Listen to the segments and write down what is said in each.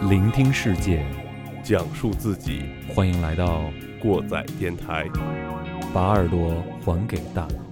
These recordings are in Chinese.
聆听世界， 讲述自己。 欢迎来到过载电台， 把耳朵还给大脑。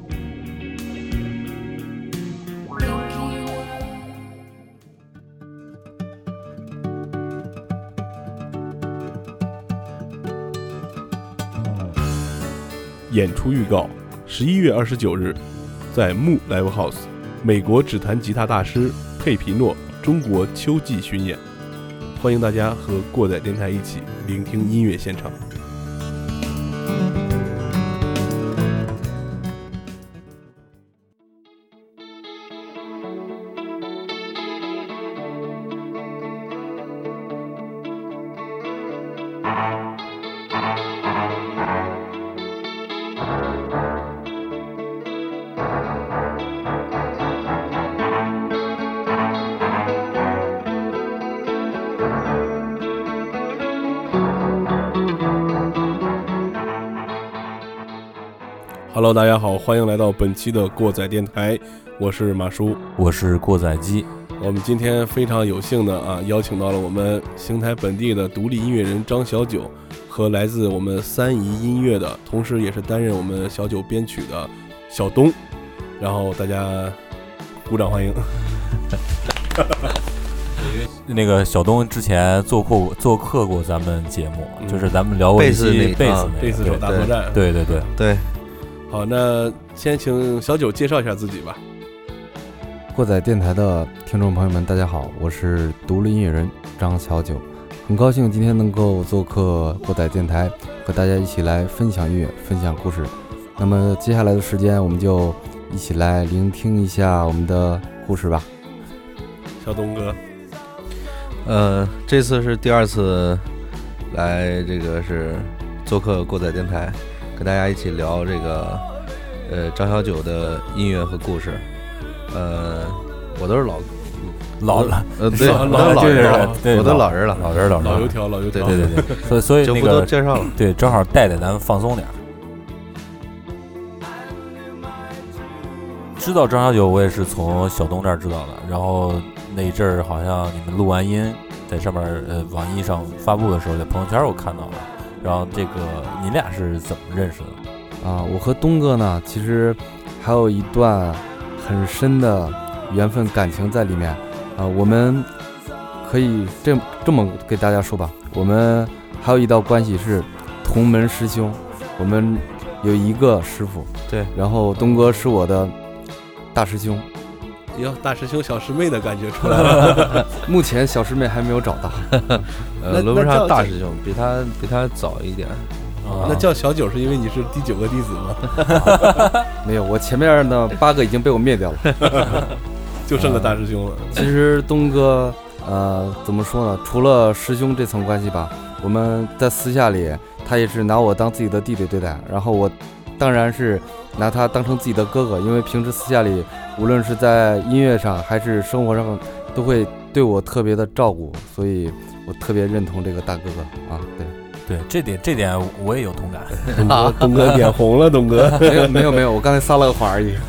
演出预告：11月29日，在木 Live House， 美国指弹吉他大师佩皮诺中国秋季巡演，欢迎大家和过载电台一起聆听音乐现场。Hello， 大家好，欢迎来到本期的过载电台，我是马叔， 我是过载机。 我们今天非常有幸的邀请到了我们邢台本地的独立音乐人张小九和来自我们三怡音乐的，同时也是担任我们小九编曲的小东，然后大家鼓掌欢迎。 那个小东之前做客过咱们节目，就是咱们聊过一期贝斯手大作战。 对。 好，那先请小九介绍一下自己吧。 过载电台的听众朋友们，大家好，我是独立音乐人张小九，很高兴今天能够做客过载电台，和大家一起来分享音乐，分享故事。那么接下来的时间，我们就一起来聆听一下我们的故事吧。 小东哥， 这次是第二次来这个是做客过载电台，跟大家一起聊这个张小九的音乐和故事。我都是老了，对，老人了，我都老人了， 老油条， 对，所以就不都介绍了， 对，正好带咱们放松点。知道张小九，我也是从小东这儿知道的，然后那一阵儿好像你们录完音，在上面网易上发布的时候，在朋友圈我看到了。然后这个你俩是怎么认识的？ 我和东哥呢，其实还有一段很深的缘分感情在里面。我们可以这么给大家说吧，我们还有一道关系是同门师兄，我们有一个师傅， 对， 然后东哥是我的大师兄。 哟，大师兄小师妹的感觉出来了。 目前小师妹还没有找到。 轮不上大师兄，比他早一点。 那叫小九是因为你是第9个弟子吗？ 没有，我前面的8个已经被我灭掉了， 就剩个大师兄了。 其实东哥，怎么说呢？除了师兄这层关系吧，我们在私下里，他也是拿我当自己的弟弟对待，然后我当然是拿他当成自己的哥哥，因为平时私下里，无论是在音乐上还是生活上，都会对我特别的照顾，所以我特别认同这个大哥哥啊。 对，这点我也有同感。 东哥脸红了，东哥。 没有，我刚才撒了个谎而已。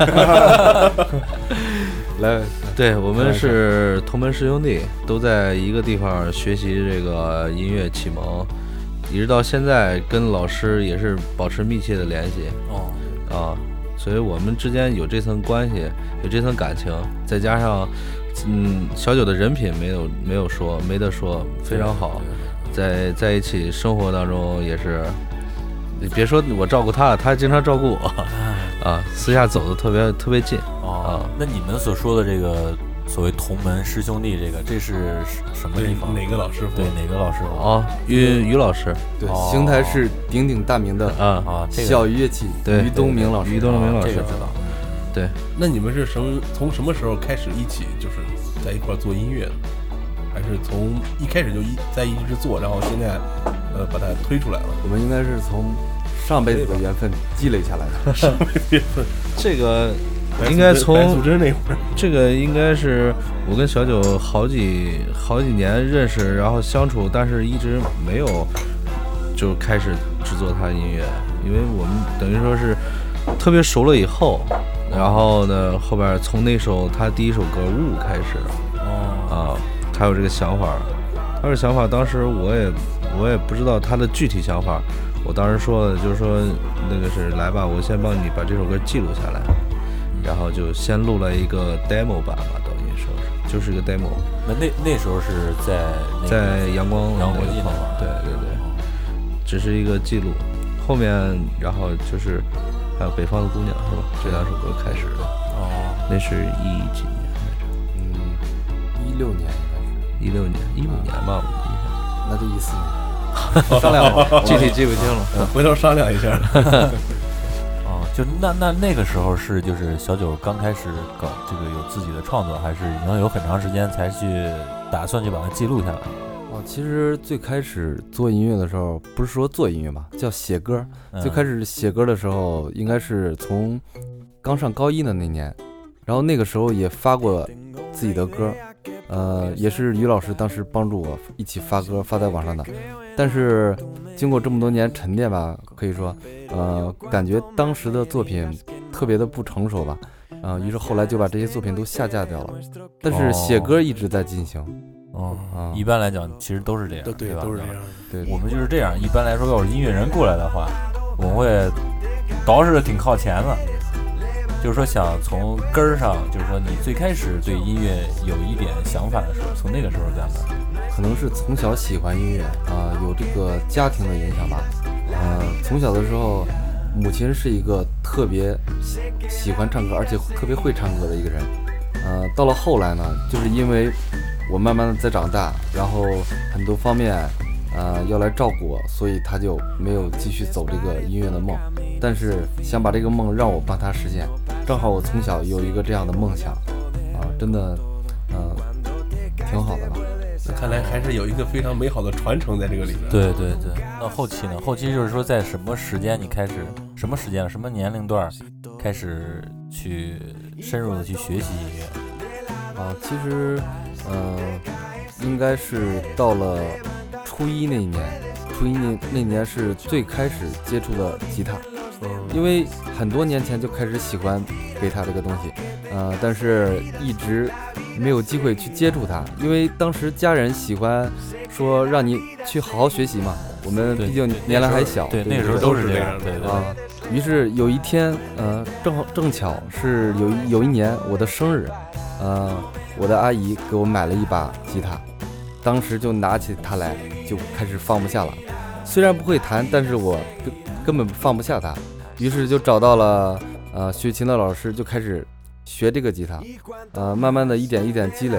来， 对，我们是同门师兄弟，都在一个地方学习这个音乐启蒙，一直到现在跟老师也是保持密切的联系。所以我们之间有这层关系，有这层感情，再加上小九的人品没得说，非常好。在一起生活当中也是，你别说我照顾他，他经常照顾我私下走的特别近。 那你们所说的这个所谓同门师兄弟，这是什么地方？ 哪个老师傅？ 对，哪个老师傅？ 于老师。 对，邢台市鼎鼎大名的小乐器，于东明老师。 于东明老师， 这个知道。 对， 那你们是从什么时候开始一起就是在一块做音乐的？还是从一开始就一直做，然后现在把它推出来了？ 我们应该是从上辈子的缘分积累下来的。 上辈子缘分， 这个应该从白素贞那会儿， 这个应该是我跟小九好几年认识，然后相处，但是一直没有就开始制作他的音乐，因为我们等于说是特别熟了以后，然后呢后边从那首他第一首歌《雾》开始，他有这个想法， 他的想法当时我也不知道他的具体想法，我当时说的就是说那个是来吧，我先帮你把这首歌记录下来，然后就先录了一个 demo 版吧，等于说是就是一个 demo。 那时候是在阳光季那块， 对，只是一个记录。后面然后就是还有北方的姑娘是吧？这两首歌开始的。那是几年来着 ？16年应该是。 16年，15年吧，我印象。 那就14年。商量好， 具体记不清了， 回头商量一下。 就那个时候是就是小九刚开始搞这个有自己的创作，还是已经有很长时间才去打算去把它记录下来？ 其实最开始做音乐的时候，不是说做音乐吧，叫写歌。最开始写歌的时候，应该是从刚上高一的那年，然后那个时候也发过自己的歌，也是于老师当时帮助我一起发歌发在网上的。但是经过这么多年沉淀吧，可以说，感觉当时的作品特别的不成熟吧，于是后来就把这些作品都下架掉了。但是写歌一直在进行。 一般来讲其实都是这样，对吧？ 都是这样。 对， 我们就是这样。一般来说，要是音乐人过来的话，我们会捯饬的挺靠前的，就是说想从根儿上，就是说你最开始对音乐有一点想法的时候，从那个时候干的。 可能是从小喜欢音乐有这个家庭的影响吧。从小的时候，母亲是一个特别喜欢唱歌，而且特别会唱歌的一个人。到了后来呢，就是因为我慢慢的在长大，然后很多方面要来照顾我，所以他就没有继续走这个音乐的梦，但是想把这个梦让我帮他实现。正好我从小有一个这样的梦想真的挺好的吧。 看来还是有一个非常美好的传承在这个里面。 对。那后期呢？后期就是说在什么时间你开始，什么时间什么年龄段开始去深入的去学习音乐？ 其实应该是到了初一那一年，那年是最开始接触的吉他。因为很多年前就开始喜欢吉他这个东西，但是一直没有机会去接触它，因为当时家人喜欢说让你去好好学习嘛，我们毕竟年龄还小， 对，那个时候都是这样，对。 于是有一天，正巧是有一年我的生日，我的阿姨给我买了一把吉他，当时就拿起它来就开始放不下了。虽然不会弹，但是我根本放不下它，于是就找到了学琴的老师，就开始学这个吉他，慢慢的一点一点积累，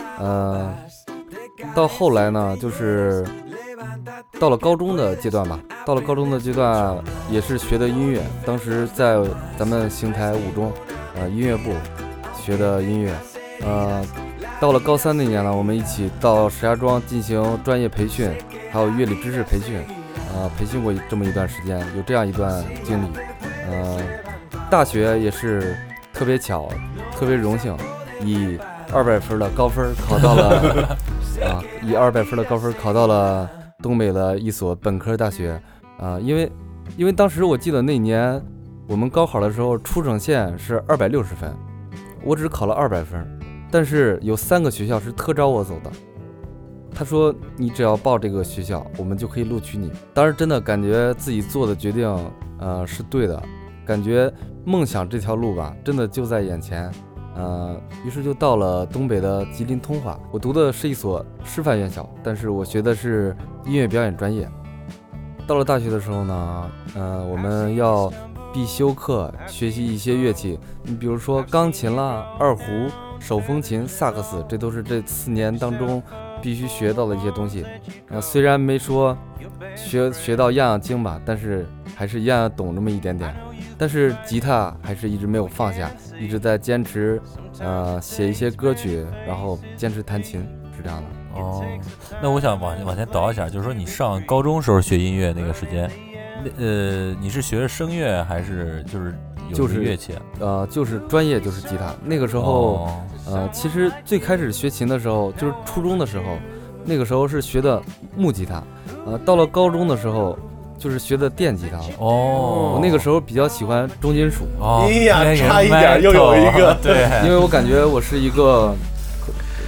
到后来呢，就是到了高中的阶段吧。到了高中的阶段也是学的音乐，当时在咱们邢台五中音乐部学的音乐，到了高3那年呢，我们一起到石家庄进行专业培训，还有乐理知识培训，培训过这么一段时间，有这样一段经历。大学也是特别巧，特别荣幸，以200分的高分考到了以200分的高分考到了东北的一所本科大学。因为当时我记得那年我们高考的时候，出省线是260分，我只考了200分，但是有3个学校是特招我走的。他说你只要报这个学校，我们就可以录取你。当时真的感觉自己做的决定是对的，感觉梦想这条路吧真的就在眼前。于是就到了东北的吉林通化，我读的是一所师范院校，但是我学的是音乐表演专业。到了大学的时候呢，我们要必修课学习一些乐器，你比如说钢琴啦、二胡、手风琴、萨克斯，这都是这4年当中必须学到的一些东西。虽然没说学到样样精吧，但是还是样样懂那么一点点。但是吉他还是一直没有放下，一直在坚持写一些歌曲，然后坚持弹琴，是这样的。 那我想往前倒一下，就是说你上高中时候学音乐那个时间，你是学声乐还是就是乐器就是专业就是吉他。那个时候其实最开始学琴的时候就是初中的时候，那个时候是学的木吉他，到了高中的时候就是学的电吉他。我那个时候比较喜欢重金属。 哎呀，差一点又有一个对， 因为我感觉我是一个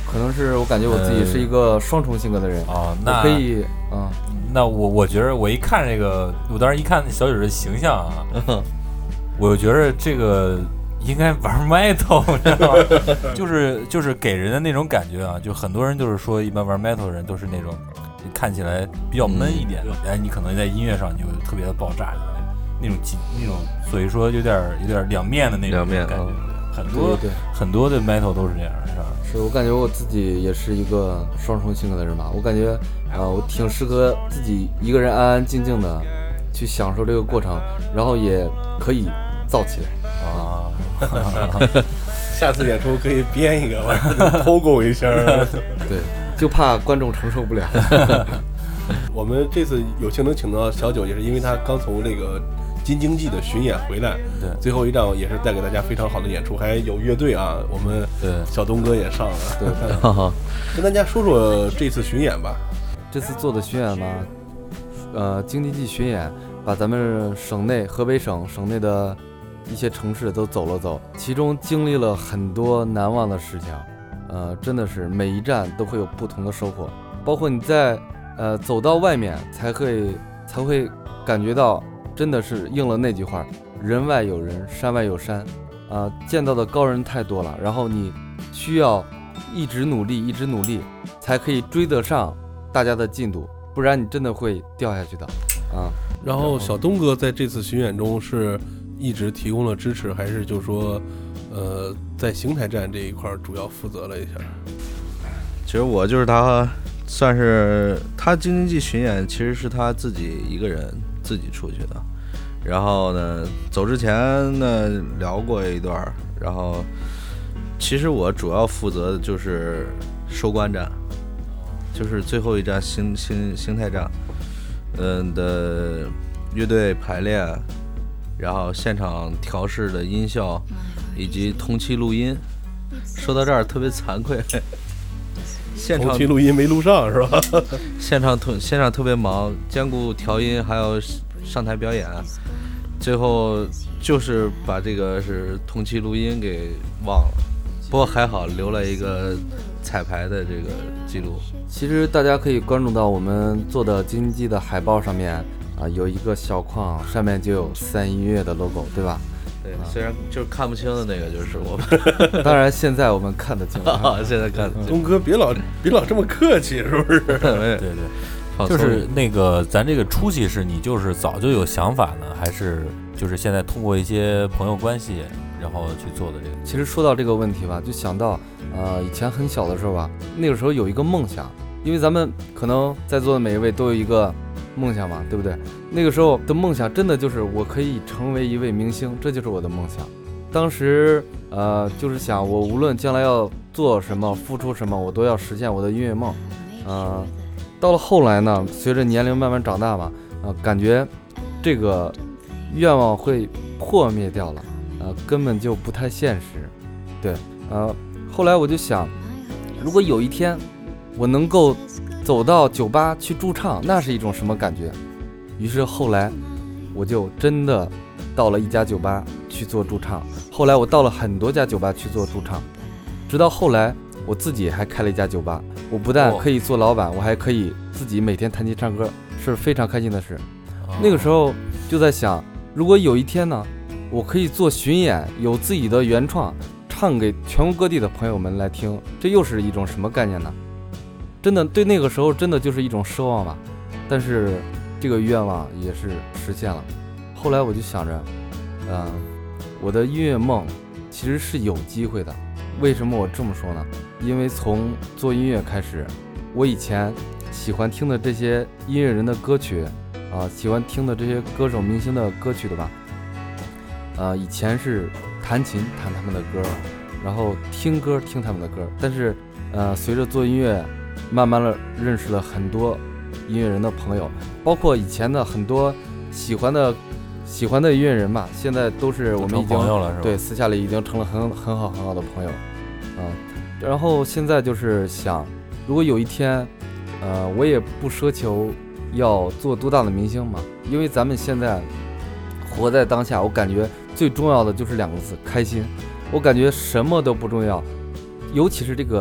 可能是我感觉我自己是一个双重性格的人那可以那我觉得我一看这个，我当时一看小九的形象啊，我觉得这个应该玩 metal， 知道吗？就是给人的那种感觉啊，就很多人就是说一般玩 metal 的人都是那种看起来比较闷一点，你可能在音乐上就特别的爆炸，那种，所以说有点两面的那种感觉。很多的 metal 都是这样，是吧？ 是我感觉我自己也是一个双重性格的人吧。我感觉我挺适合自己一个人安安静静的去享受这个过程，然后也可以燥起来下次演出可以编一个，偷狗一下。 对，就怕观众承受不了。 我们这次有幸能请到小九，也是因为他刚从这个京津冀的巡演回来， 对， 最后一站也是带给大家非常好的演出，还有乐队啊，我们小东哥也上了， 对， 跟大家说说这次巡演吧。 这次做的巡演呢，京津冀巡演，把咱们省内河北省内的一些城市都走了走，其中经历了很多难忘的事情，真的是每一站都会有不同的收获，包括你在走到外面才会感觉到。真的是应了那句话，人外有人，山外有山，见到的高人太多了，然后你需要一直努力，才可以追得上大家的进度，不然你真的会掉下去的然后小东哥在这次巡演中是一直提供了支持，还是就说在邢台站这一块主要负责了一下？ 其实我就是他，算是他京津冀巡演，其实是他自己一个人自己出去的。然后呢，走之前呢聊过一段，然后其实我主要负责的就是收官站，就是最后一站邢台站，的乐队排练，然后现场调试的音效，以及同期录音。说到这儿特别惭愧，现场同期录音没录上是吧？ 现场特别忙，兼顾调音还有上台表演，最后就是把这个是同期录音给忘了，不过还好留了一个彩排的这个记录。 其实大家可以关注到我们做的京津冀的海报上面有一个小框，上面就有3音乐的 logo， 对吧？ 对，虽然就是看不清的那个就是我们当然现在我们看得清现在看得清。 东哥别老这么客气，是不是？ 对，就是那个咱这个出息是你就是早就有想法呢，还是就是现在通过一些朋友关系然后去做的这个？ 其实说到这个问题吧，就想到以前很小的时候吧，那个时候有一个梦想，因为咱们可能在座的每一位都有一个梦想嘛，对不对？那个时候的梦想真的就是我可以成为一位明星，这就是我的梦想。当时就是想我无论将来要做什么付出什么，我都要实现我的音乐梦。到了后来呢，随着年龄慢慢长大嘛，感觉这个愿望会破灭掉了，根本就不太现实。对，后来我就想，如果有一天我能够走到酒吧去驻唱，那是一种什么感觉？于是后来我就真的到了一家酒吧去做驻唱，后来我到了很多家酒吧去做驻唱，直到后来我自己还开了一家酒吧，我不但可以做老板，我还可以自己每天弹琴唱歌，是非常开心的事。那个时候就在想，如果有一天呢，我可以做巡演，有自己的原创，唱给全国各地的朋友们来听，这又是一种什么概念呢？真的对那个时候真的就是一种奢望吧，但是这个愿望也是实现了。后来我就想着，我的音乐梦其实是有机会的。为什么我这么说呢？因为从做音乐开始，我以前喜欢听的这些音乐人的歌曲喜欢听的这些歌手明星的歌曲的吧，以前是弹琴弹他们的歌，然后听歌听他们的歌，但是随着做音乐，慢慢的认识了很多音乐人的朋友，包括以前的很多喜欢的音乐人吧，现在都是我们已经朋友了，是吧？ 对，私下里已经成了很好的朋友，然后现在就是想，如果有一天，我也不奢求要做多大的明星嘛，因为咱们现在活在当下，我感觉最重要的就是2个字：开心。我感觉什么都不重要，尤其是这个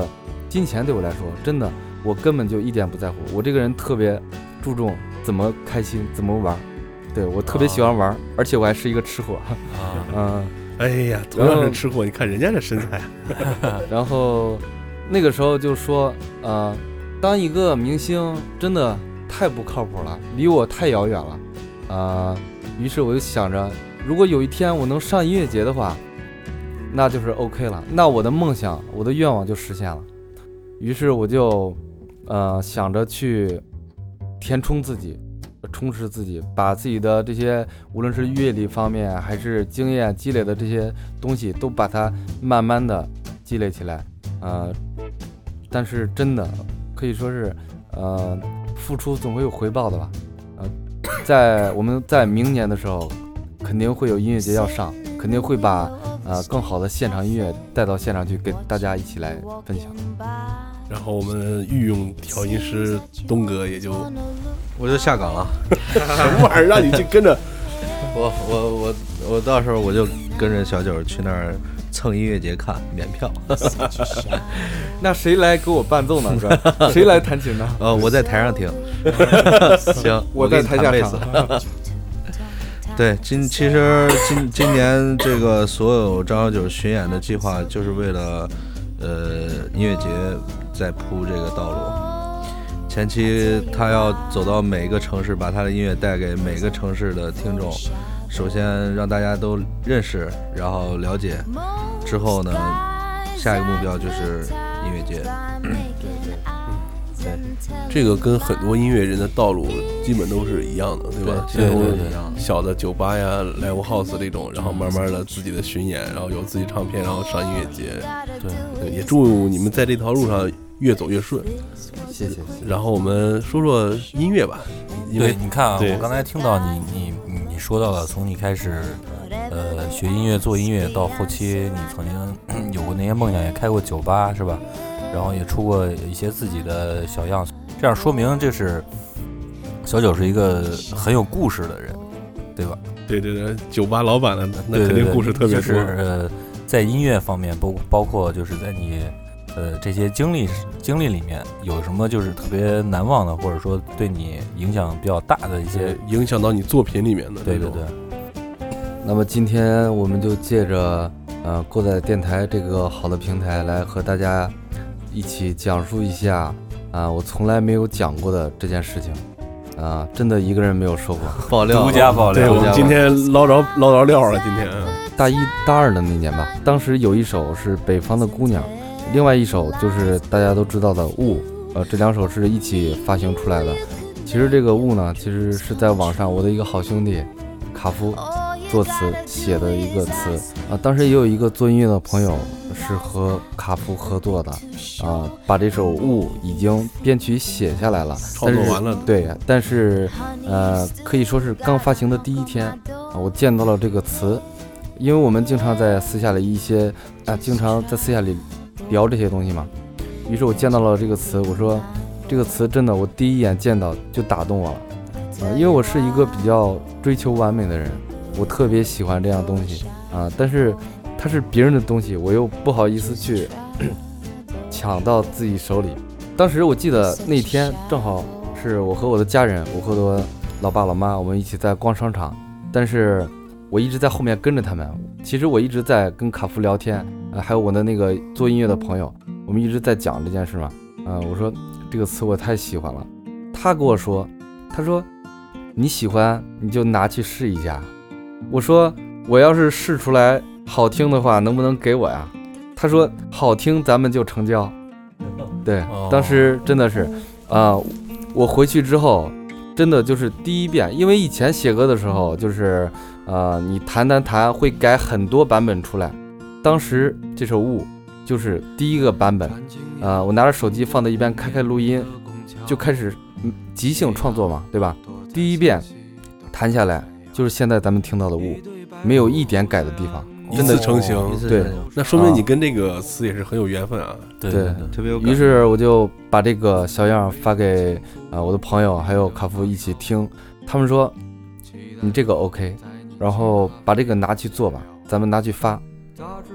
金钱对我来说，真的我根本就一点不在乎。我这个人特别注重怎么开心，怎么玩。对，我特别喜欢玩，而且我还是一个吃货。 哎呀，同样是吃货，你看人家这身材。 然后那个时候就说，当一个明星真的太不靠谱了，离我太遥远了。于是我就想着，如果有一天我能上音乐节的话，那就是 OK 了，那我的梦想，我的愿望就实现了。于是我就想着去填充自己，充实自己，把自己的这些无论是阅历方面还是经验积累的这些东西都把它慢慢的积累起来。但是真的可以说是付出总会有回报的吧。我们在明年的时候肯定会有音乐节要上，肯定会把更好的现场音乐带到现场去给大家一起来分享。 然后我们御用调音师东哥我就下岗了。 什么玩意儿让你去跟着？ 我到时候我就跟着小九去那儿蹭音乐节看，免票。 那谁来给我伴奏呢？谁来弹琴呢？ 我在台上听。行， 我在台下唱。 对，其实今年这个所有张小九巡演的计划，就是为了音乐节在铺这个道路。前期他要走到每个城市，把他的音乐带给每个城市的听众。首先让大家都认识，然后了解，之后呢，下一个目标就是音乐节。 对，这个跟很多音乐人的道路基本都是一样的，对吧？ 对， 小的酒吧呀、live house 这种，然后慢慢的自己的巡演，然后有自己唱片，然后上音乐节。对，也祝你们在这条路上越走越顺。 谢谢。 然后我们说说音乐吧，因为对，你看啊，我刚才听到你说到了，从你开始学音乐做音乐到后期，你曾经有过那些梦想，也开过酒吧是吧？然后也出过一些自己的小样，这样说明这是小九是一个很有故事的人，对吧？ 对，酒吧老板的那肯定故事特别多。 就是在音乐方面，包括就是在你这些经历里面，有什么就是特别难忘的，或者说对你影响比较大的一些影响到你作品里面的。 对。 那么今天我们就借着过载电台这个好的平台来和大家一起讲述一下我从来没有讲过的这件事情真的一个人没有说过。 爆料， 独家爆料。 对，我们今天捞着料了。今天大一大二的那年吧，当时有一首是北方的姑娘，另外一首就是大家都知道的雾，这两首是一起发行出来的。其实这个雾呢，其实是在网上我的一个好兄弟卡夫作词写的一个词当时也有一个做音乐的朋友是和卡夫合作的把这首雾已经编曲写下来了， 创作完了。 对，但是可以说是刚发行的第一天我见到了这个词，因为我们经常在私下里经常在私下里聊这些东西嘛，于是我见到了这个词，我说这个词真的我第一眼见到就打动我了因为我是一个比较追求完美的人，我特别喜欢这样东西但是它是别人的东西，我又不好意思去抢到自己手里。当时我记得那天正好是我和我的家人，我和我的老爸老妈，我们一起在逛商场，但是我一直在后面跟着他们。其实我一直在跟卡夫聊天还有我的那个做音乐的朋友，我们一直在讲这件事嘛我说这个词我太喜欢了，他跟我说，他说你喜欢你就拿去试一下。我说我要是试出来好听的话能不能给我呀？他说好听咱们就成交。对，当时真的是我回去之后真的就是第一遍，因为以前写歌的时候就是你弹会改很多版本出来，当时这首雾就是第一个版本我拿着手机放在一边开录音就开始即兴创作嘛，对吧？第一遍弹下来就是现在咱们听到的雾，没有一点改的地方， 真的成型。 对， 那说明你跟这个词也是很有缘分啊。 对， 特别有。 于是我就把这个小样发给我的朋友还有卡夫一起听，他们说你这个 OK， 然后把这个拿去做吧，咱们拿去发。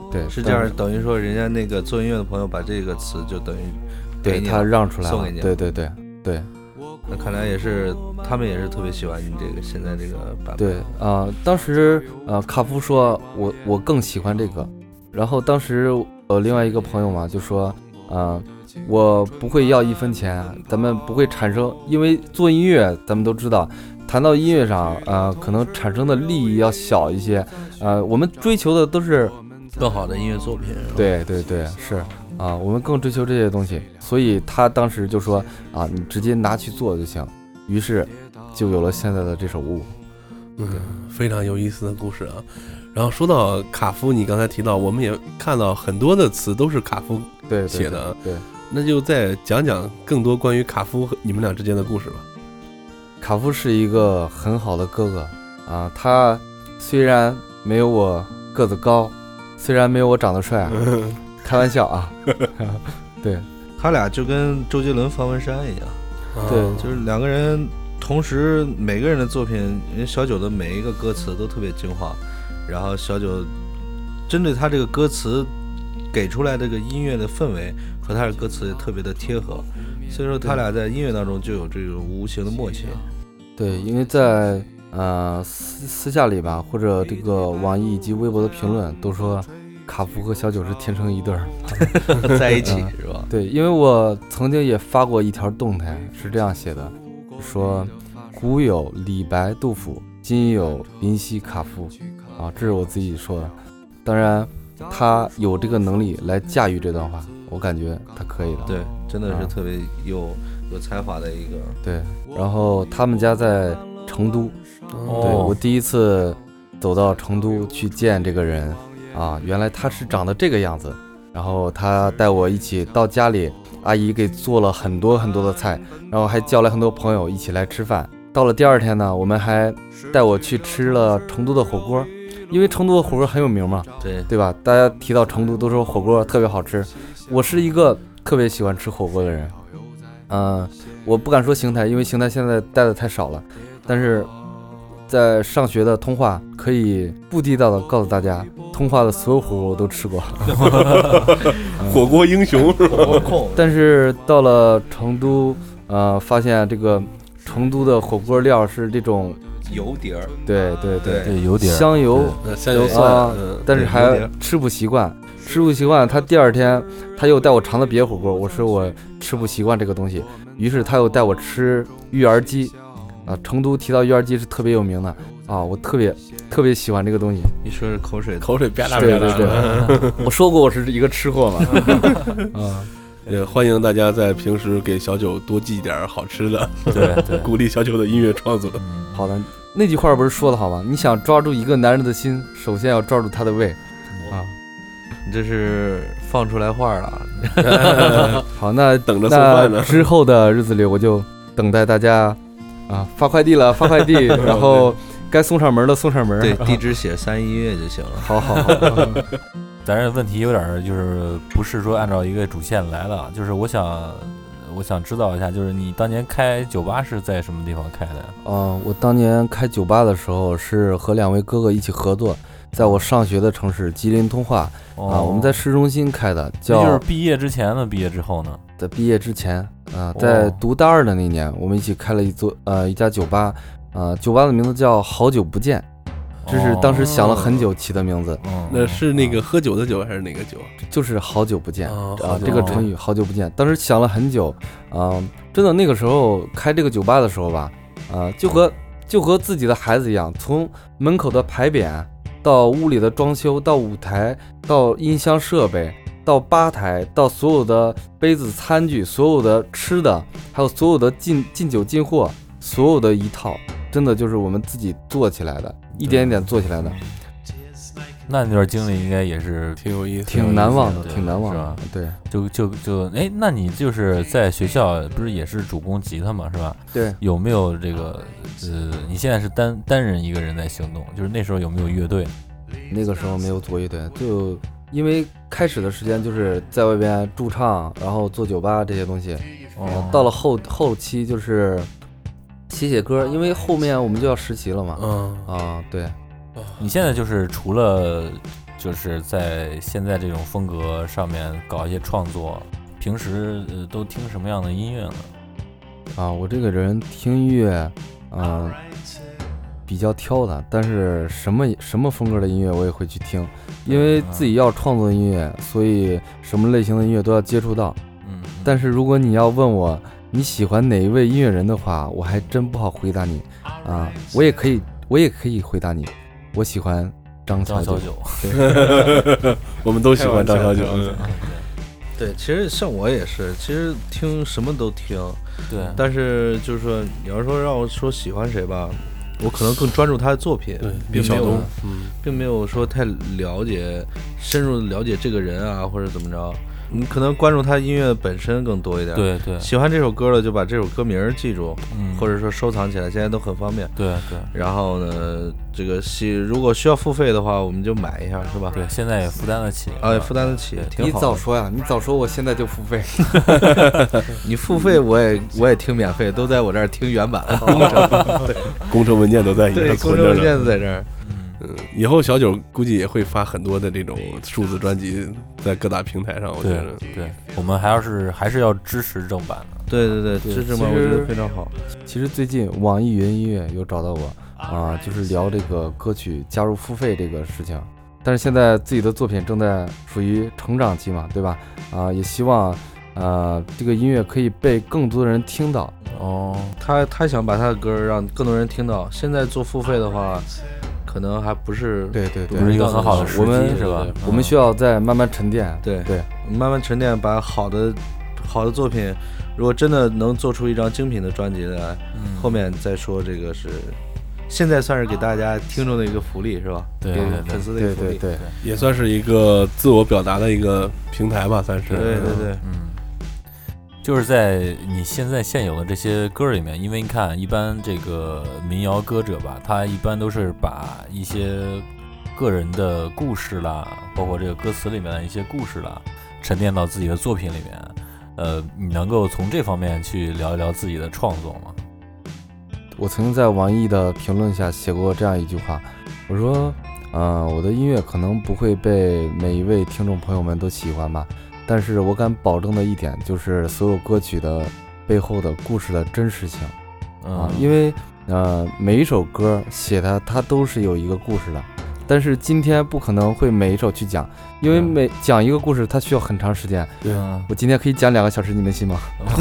对， 是这样，等于说人家那个做音乐的朋友把这个词就等于对他让出来了， 送给你， 对。 那看来也是他们也是特别喜欢你这个现在这个版本。 对当时卡夫说我更喜欢这个，然后当时另外一个朋友嘛就说我不会要1分钱，咱们不会产生，因为做音乐咱们都知道，谈到音乐上可能产生的利益要小一些，我们追求的都是更好的音乐作品。 对是我们更追求这些东西，所以他当时就说你直接拿去做就行，于是就有了现在的这首雾。 非常有意思的故事啊。然后说到卡夫，你刚才提到，我们也看到很多的词都是卡夫写的， 对， 那就再讲讲更多关于卡夫和你们俩之间的故事吧。 卡夫是一个很好的哥哥他虽然没有我个子高，虽然没有我长得帅开玩笑啊对， 他俩就跟周杰伦、方文山一样， 对， 就是两个人同时每个人的作品，人小九的每一个歌词都特别精华，然后小九针对他这个歌词给出来这个音乐的氛围和他的歌词也特别的贴合，所以说他俩在音乐当中就有这种无形的默契。 对，因为在私下里吧，或者这个网易以及微博的评论都说卡夫和小九是天生一对儿在一起是吧？ 对，因为我曾经也发过一条动态是这样写的，说古有李白杜甫，今有林夕卡夫这是我自己说的，当然他有这个能力来驾驭这段话，我感觉他可以的。 对，真的是特别有才华的一个。 对，然后他们家在成都，对，我第一次走到成都去见这个人原来他是长得这个样子，然后他带我一起到家里，阿姨给做了很多很多的菜，然后还叫来很多朋友一起来吃饭。到了第二天呢，我们还带我去吃了成都的火锅，因为成都的火锅很有名嘛，对吧？大家提到成都都说火锅特别好吃，我是一个特别喜欢吃火锅的人。我不敢说邢台，因为邢台现在待的太少了，但是在上学的通化可以不地道的告诉大家，通化的所有火锅我都吃过火锅英雄是吧？ 但是到了成都发现这个成都的火锅料是这种油碟儿， 对油碟， 香油蒜但是还吃不习惯。他第二天他又带我尝了别火锅，我说我吃不习惯这个东西，于是他又带我吃育儿鸡成都提到育儿鸡是特别有名的我特别喜欢这个东西。 一说是口水啪啦对我说过我是一个吃货嘛也欢迎大家在平时给小九多寄一点好吃的， 对鼓励小九的音乐创作。 好的，那句话不是说的好吗？你想抓住一个男人的心，首先要抓住他的胃你这是放出来话了好，那等着送饭呢。 之后的日子里，我就等待大家发快递了，然后该送上门的送上门， 对，地址写3音乐就行了。 好咱这问题有点就是不是说按照一个主线来的，就是我想知道一下，就是你当年开酒吧是在什么地方开的？ 我当年开酒吧的时候是和2位哥哥一起合作，在我上学的城市吉林通化我们在市中心开的， 就是毕业之前呢，毕业之后呢？ 在毕业之前在读大2的那年，我们一起开了一家酒吧，酒吧的名字叫好久不见，这是当时想了很久起的名字。 那是那个喝酒的酒还是哪个酒？ 就是好久不见这个成语好久不见，当时想了很久真的那个时候开这个酒吧的时候吧就和自己的孩子一样，从门口的牌匾到屋里的装修，到舞台，到音箱设备，到吧台，到所有的杯子餐具，所有的吃的，还有所有的进酒进货，所有的一套真的就是我们自己做起来的，一点一点做起来的。 那段经历应该也是挺有意思， 挺难忘的， 是吧？ 对， 那你就是在学校不是也是主攻吉他嘛，是吧？ 对， 有没有这个你现在是单人一个人在行动，就是那时候有没有乐队？ 那个时候没有组乐队，就因为开始的时间就是在外边驻唱，然后做酒吧这些东西。到了后期就是写歌，因为后面我们就要实习了嘛。对。 你现在就是除了就是在现在这种风格上面搞一些创作，平时都听什么样的音乐呢？ 我这个人听音乐，比较挑的，但是什么风格的音乐我也会去听，因为自己要创作音乐，所以什么类型的音乐都要接触到。但是如果你要问我你喜欢哪一位音乐人的话，我还真不好回答你啊。我也可以回答你，我喜欢张小九。 我们都喜欢张小九。 对，其实像我也是，其实听什么都听。 对， 但是就是说，你要说让我说喜欢谁吧，我可能更专注他的作品，并没有说太深入了解这个人啊，或者怎么着。你可能关注他音乐本身更多一点， 对， 喜欢这首歌了就把这首歌名记住，或者说收藏起来，现在都很方便。 对。 然后呢，这个如果需要付费的话，我们就买一下，是吧？ 对，现在也负担得起也负担得起，挺好。 你早说呀！你早说，我现在就付费。 你付费我也听免费，都在我这儿听原版。 工程文件都在对，工程文件都在这儿。 以后小九估计也会发很多的这种数字专辑在各大平台上，我觉得。 对，我们还是要支持正版的。 对，支持正版我觉得非常好。 其实最近网易云音乐有找到我就是聊这个歌曲加入付费这个事情，但是现在自己的作品正在属于成长期嘛，对吧？也希望这个音乐可以被更多的人听到。 他想把他的歌让更多人听到。现在做付费的话，可能还不是不是一个很好的时机，是吧？ 我们需要再慢慢沉淀， 对，慢慢沉淀，把好的作品，如果真的能做出一张精品的专辑来，后面再说这个是，现在算是给大家听众的一个福利，是吧？ 对， 粉丝的一个福利， 对， 也算是一个自我表达的一个平台吧，算是。 对， 就是在你现有的这些歌里面，因为你看，一般这个民谣歌者吧，他一般都是把一些个人的故事啦，包括这个歌词里面的一些故事啦，沉淀到自己的作品里面。你能够从这方面去聊一聊自己的创作吗？ 我曾经在网易的评论下写过这样一句话，我说，我的音乐可能不会被每一位听众朋友们都喜欢吧。但是我敢保证的一点就是所有歌曲的背后的故事的真实性因为每一首歌写的它都是有一个故事的，但是今天不可能会每一首去讲，因为每讲一个故事它需要很长时间。我今天可以讲2个小时，你们信吗？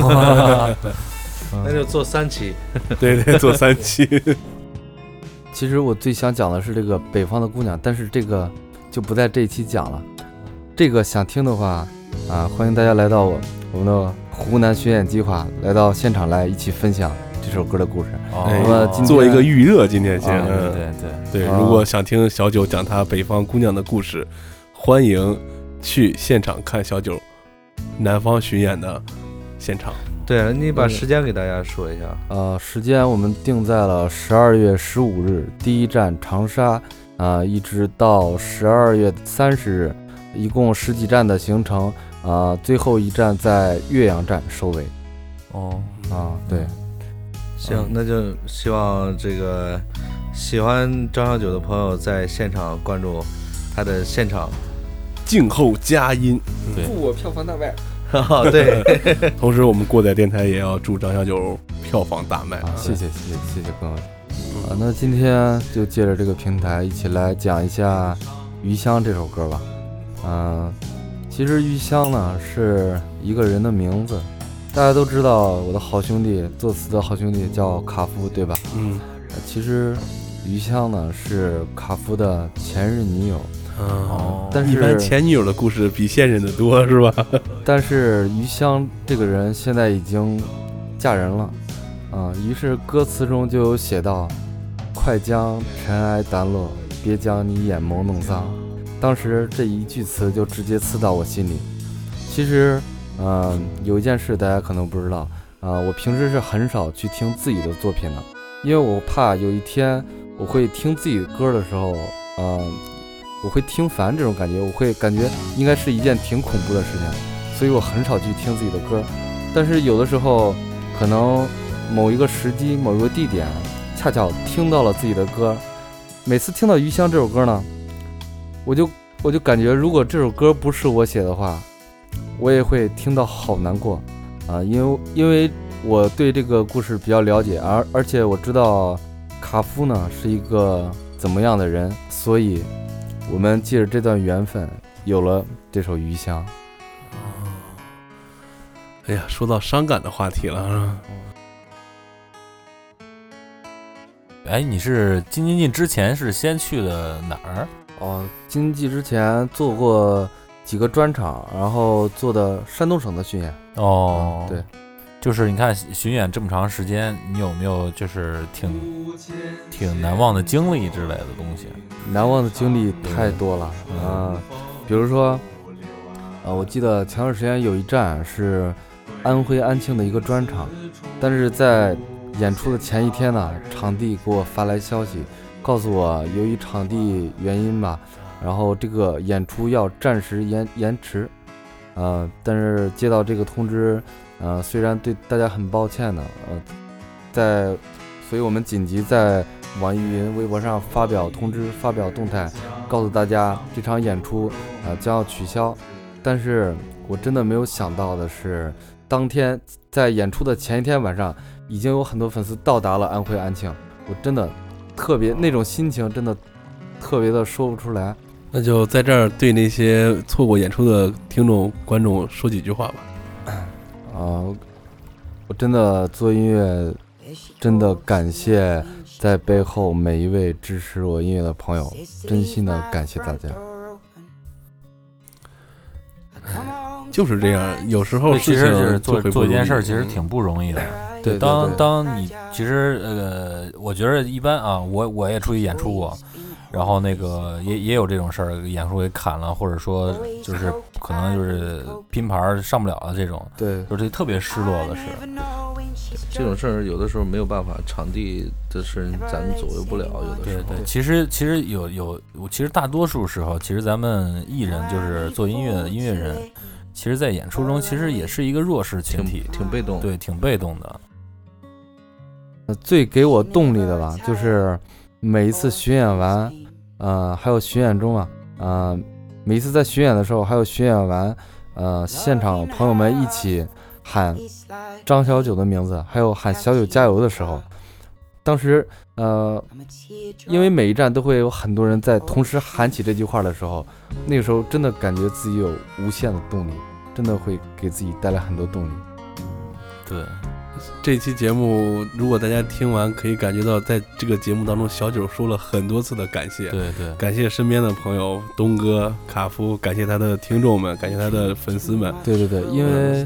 那就做3期。 对，做3期。 其实我最想讲的是这个北方的姑娘，但是这个就不在这一期讲了。这个想听的话欢迎大家来到我们的湖南巡演计划，来到现场来一起分享这首歌的故事。那么做一个预热，今天先。 对。 如果想听小九讲他北方姑娘的故事，欢迎去现场看小九南方巡演的现场。 对，你把时间给大家说一下。 时间我们定在了12月15日，第一站长沙一直到12月30日。一共10几站的行程，最后一站在岳阳站收尾。对， 行，那就希望这个喜欢张小九的朋友在现场关注他的现场， 静候佳音， 祝我票房大卖。 对， 同时我们过载电台也要祝张小九票房大卖。 谢谢各位。那今天就借着这个平台一起来讲一下《余香》这首歌吧。其实余香呢是一个人的名字，大家都知道我的好兄弟作词的好兄弟叫卡夫，对吧？其实余香呢是卡夫的前任女友。但是一般前女友的故事比现任的多，是吧？ 但是余香这个人现在已经嫁人了于是歌词中就有写到，快将尘埃掸落，别将你眼眸弄脏。当时这一句词就直接刺到我心里。其实有一件事大家可能不知道我平时是很少去听自己的作品的，因为我怕有一天我会听自己的歌的时候我会听烦这种感觉，我会感觉应该是一件挺恐怖的事情，所以我很少去听自己的歌。但是有的时候可能某一个时机某一个地点恰巧听到了自己的歌，每次听到余香这首歌呢，我就我就感觉如果这首歌不是我写的话，我也会听到好难过啊，因为我对这个故事比较了解，而且我知道卡夫呢是一个怎么样的人，所以我们借着这段缘分有了这首《余香》。 哎呀，说到伤感的话题了啊。 哎，你是京津冀之前是先去的哪儿？ 京津冀之前做过几个专场，然后做的山东省的巡演。对， 就是你看巡演这么长时间，你有没有就是挺难忘的经历之类的东西？ 难忘的经历太多了比如说我记得前段时间有一站是安徽安庆的一个专场，但是在演出的前一天呢，场地给我发来消息，告诉我由于场地原因吧，然后这个演出要暂时延迟。但是接到这个通知，虽然对大家很抱歉呢，所以我们紧急在网易云、微博上发表通知、发表动态，告诉大家这场演出将要取消。但是我真的没有想到的是，当天在演出的前一天晚上，已经有很多粉丝到达了安徽安庆，我真的特别那种心情，真的特别的说不出来。 那就在这儿对那些错过演出的听众观众说几句话吧。 我真的做音乐，真的感谢在背后每一位支持我音乐的朋友，真心的感谢大家。 就是这样，有时候其实是做一件事其其实挺不容易的。 对， 当你其实我觉得一般啊，我也出去演出过，然后那个也有这种事儿，演出给砍了，或者说就是可能就是拼盘上不了了这种， 对， 就是特别失落的事。 这种事儿有的时候没有办法，场地的事咱们左右不了，有的时候。 对，其实其实大多数时候，其实咱们艺人就是做音乐的音乐人，其实在演出中其实也是一个弱势群体， 挺被动， 对，挺被动的。 最给我动力的吧，就是每一次巡演完，还有巡演中每一次在巡演的时候，还有巡演完，现场朋友们一起喊张小九的名字，还有喊小九加油的时候，当时因为每一站都会有很多人在同时喊起这句话的时候，那个时候真的感觉自己有无限的动力，真的会给自己带来很多动力。 对， 这期节目如果大家听完，可以感觉到在这个节目当中，小九说了很多次的感谢。 对， 感谢身边的朋友东哥、卡夫，感谢他的听众们，感谢他的粉丝们。 对，因为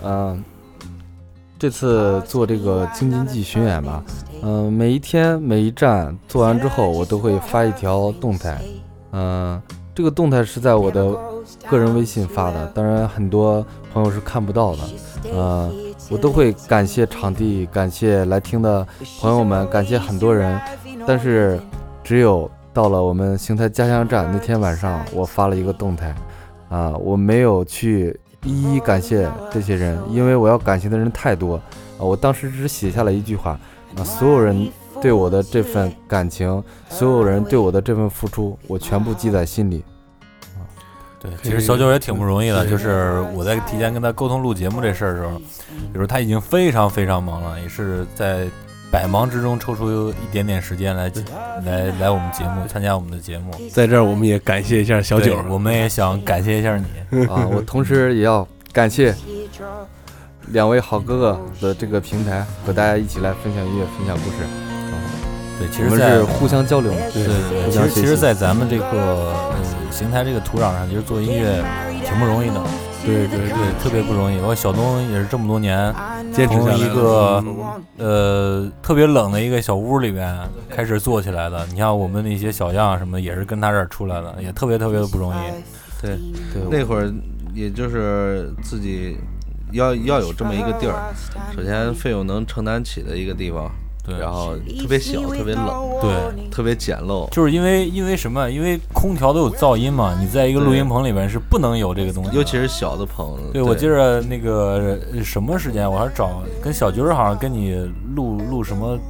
这次做这个京津冀巡演吧，每一天每一站做完之后，我都会发一条动态。这个动态是在我的个人微信发的，当然很多朋友是看不到的。我都会感谢场地，感谢来听的朋友们，感谢很多人。但是只有到了我们邢台家乡站那天晚上，我发了一个动态，我没有去一一感谢这些人，因为我要感谢的人太多。我当时只写下了一句话，所有人对我的这份感情，所有人对我的这份付出，我全部记在心里。 对，其实小九也挺不容易的，就是我在提前跟他沟通录节目这事儿的时候，比如他已经非常非常忙了，也是在百忙之中抽出一点点时间来我们节目，参加我们的节目。 在这儿我们也感谢一下小九， 我们也想感谢一下你我同时也要感谢两位好哥哥的这个平台，和大家一起来分享音乐，分享故事。 对，其实我们是互相交流。 对，其实在咱们这个邢台这个土壤上，其实做音乐挺不容易的。对，特别不容易。我小东也是这么多年坚持从一个特别冷的一个小屋里面开始做起来的。你像我们那些小样什么，也是跟他这儿出来的，也特别特别的不容易。 对，那会儿也就是自己要有这么一个地儿，首先费用能承担起的一个地方。 对， 然后特别小，特别冷， 对， 特别简陋， 就是因为什么？因为空调都有噪音嘛，你在一个录音棚里边是不能有这个东西， 尤其是小的棚。 对，我记着那个什么时间，我还找跟小军好像跟你录什么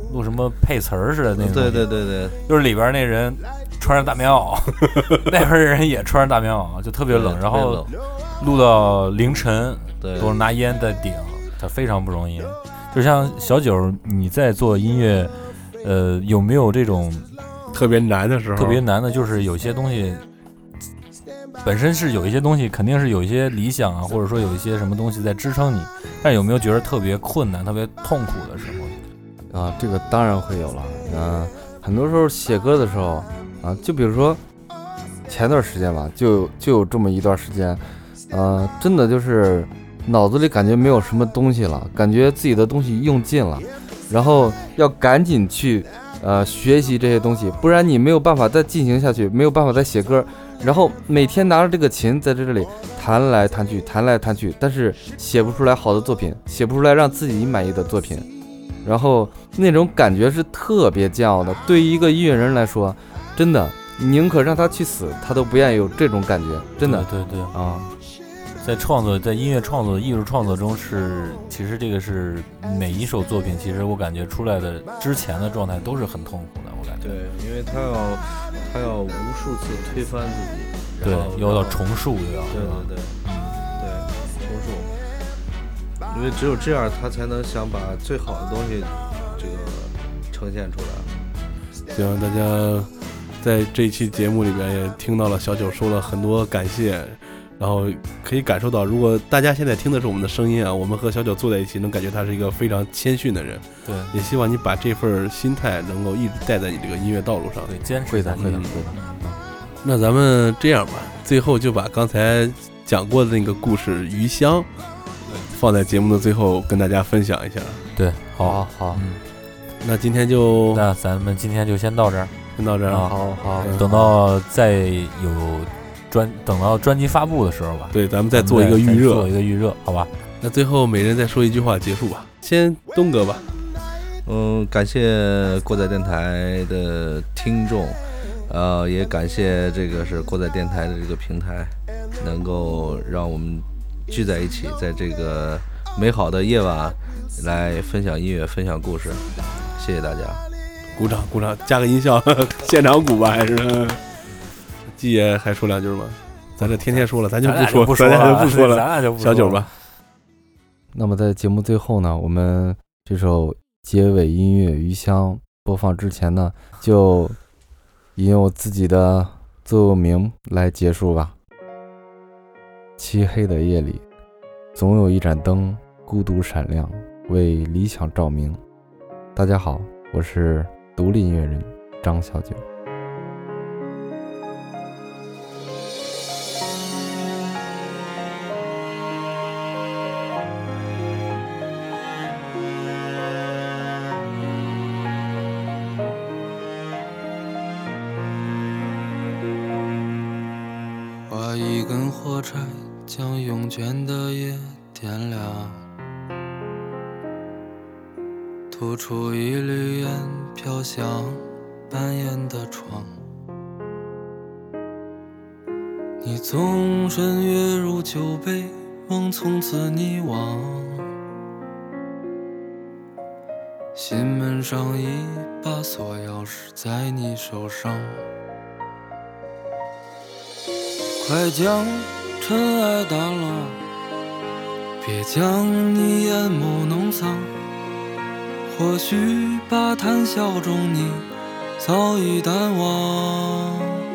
录什么配词儿似的那种。 对， 就是里边那人穿着大棉袄，那边人也穿着大棉袄，就特别冷，然后录到凌晨，都是拿烟在顶，他非常不容易。就像小九，你在做音乐，有没有这种特别难的时候？ 特别难的就是有些东西本身是有一些东西，肯定是有一些理想啊，或者说有一些什么东西在支撑你，但有没有觉得特别困难、特别痛苦的时候？ 啊，这个当然会有了。很多时候写歌的时候啊，就比如说前段时间吧，就有这么一段时间，真的就是脑子里感觉没有什么东西了，感觉自己的东西用尽了，然后要赶紧去学习这些东西，不然你没有办法再进行下去，没有办法再写歌。然后每天拿着这个琴在这里弹来弹去，弹来弹去，但是写不出来好的作品，写不出来让自己满意的作品，然后那种感觉是特别煎熬的。对于一个音乐人来说，真的宁可让他去死，他都不愿意有这种感觉，真的。 对啊， 在音乐创作、艺术创作中其实这个是每一首作品，其实我感觉出来的之前的状态都是很痛苦的，我感觉。 对，因为他要无数次推翻自己， 对，又要重述，又要。 对，重述。因为只有这样，他才能想把最好的东西这个呈现出来。 希望大家在这一期节目里边也听到了小九说了很多感谢。然后可以感受到，如果大家现在听的是我们的声音啊，我们和小九坐在一起，能感觉他是一个非常谦逊的人。 对， 也希望你把这份心态能够一直带在你这个音乐道路上。 对，坚持的。 那咱们这样吧，最后就把刚才讲过的那个故事《余香》放在节目的最后跟大家分享一下。 对， 好。 那咱们今天就先到这儿。 好。 等到再有。等到专辑发布的时候吧， 对，咱们再做一个预热， 好吧？ 那最后每人再说一句话结束吧，先东哥吧。 感谢过载电台的听众，也感谢这个是过载电台的这个平台，能够让我们聚在一起，在这个美好的夜晚来分享音乐、分享故事。谢谢大家， 鼓掌，加个音效，现场鼓吧，还是？季爷还说两句吗？咱这天天说了，咱就不说了， 咱俩就不说了。 小九吧。 那么在节目最后呢，我们这首结尾音乐《余香》播放之前呢，就引用我自己的座右铭来结束吧。漆黑的夜里，总有一盏灯孤独闪亮，为理想照明。大家好，我是独立音乐人张小九。 画一根火柴，将慵倦的夜点亮，吐出一缕烟，飘向半掩的窗。你纵身跃入酒杯，梦从此溺亡。心门上一把锁钥匙在你手上，快将尘埃掸落，别将你眼眸弄脏。或许把谈笑中你早已淡忘，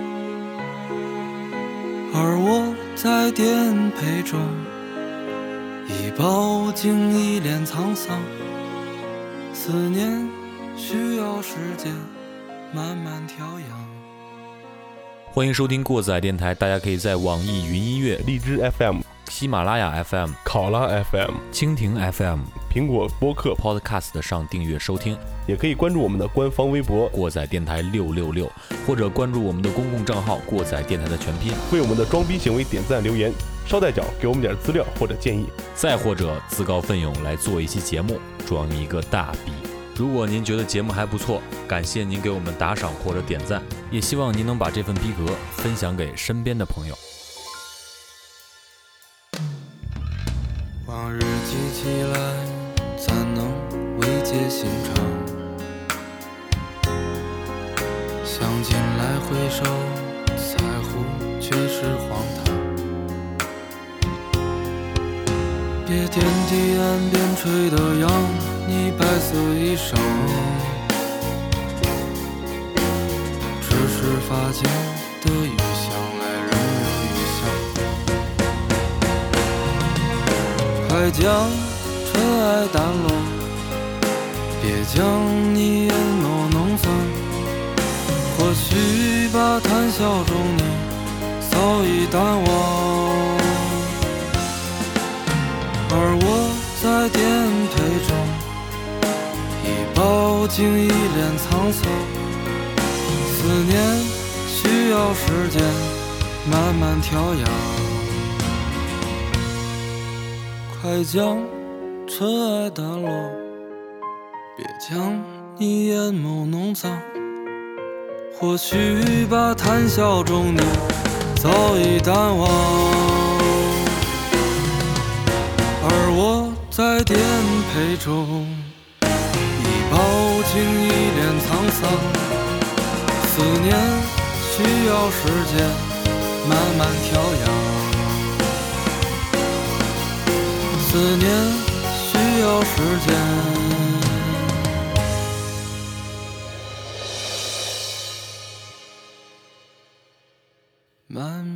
而我在颠沛中已饱经一脸沧桑。思念需要时间慢慢调养。 欢迎收听过载电台，大家可以在网易云音乐、 荔枝 FM、 喜马拉雅 FM、 考拉 FM、 蜻蜓 FM、 苹果播客 Podcast 上订阅收听， 也可以关注我们的官方微博过载电台666，或者关注我们的公共账号过载电台的全拼， 为我们的装逼行为点赞留言，捎带脚给我们点资料或者建议， 再或者自告奋勇来做一期节目，装一个大逼。如果您觉得节目还不错，感谢您给我们打赏或者点赞，也希望您能把这份逼格分享给身边的朋友。 往日记起来，怎能慰藉心肠？ 想进来回首，在乎却是荒唐。别天地岸边吹的扬，你白色衣裳，只是发间的雨香来人有余香。快将尘埃掸落，别将你眼眸弄脏。或许把谈笑中你早已淡忘，而我在颠沛中已饱经一脸沧桑。思念需要时间慢慢调养，快将尘埃掸落，别将你眼眸弄脏。或许把谈笑中你早已淡忘，而我在颠沛中已饱经一脸沧桑。思念需要时间慢慢调养，思念需要时间慢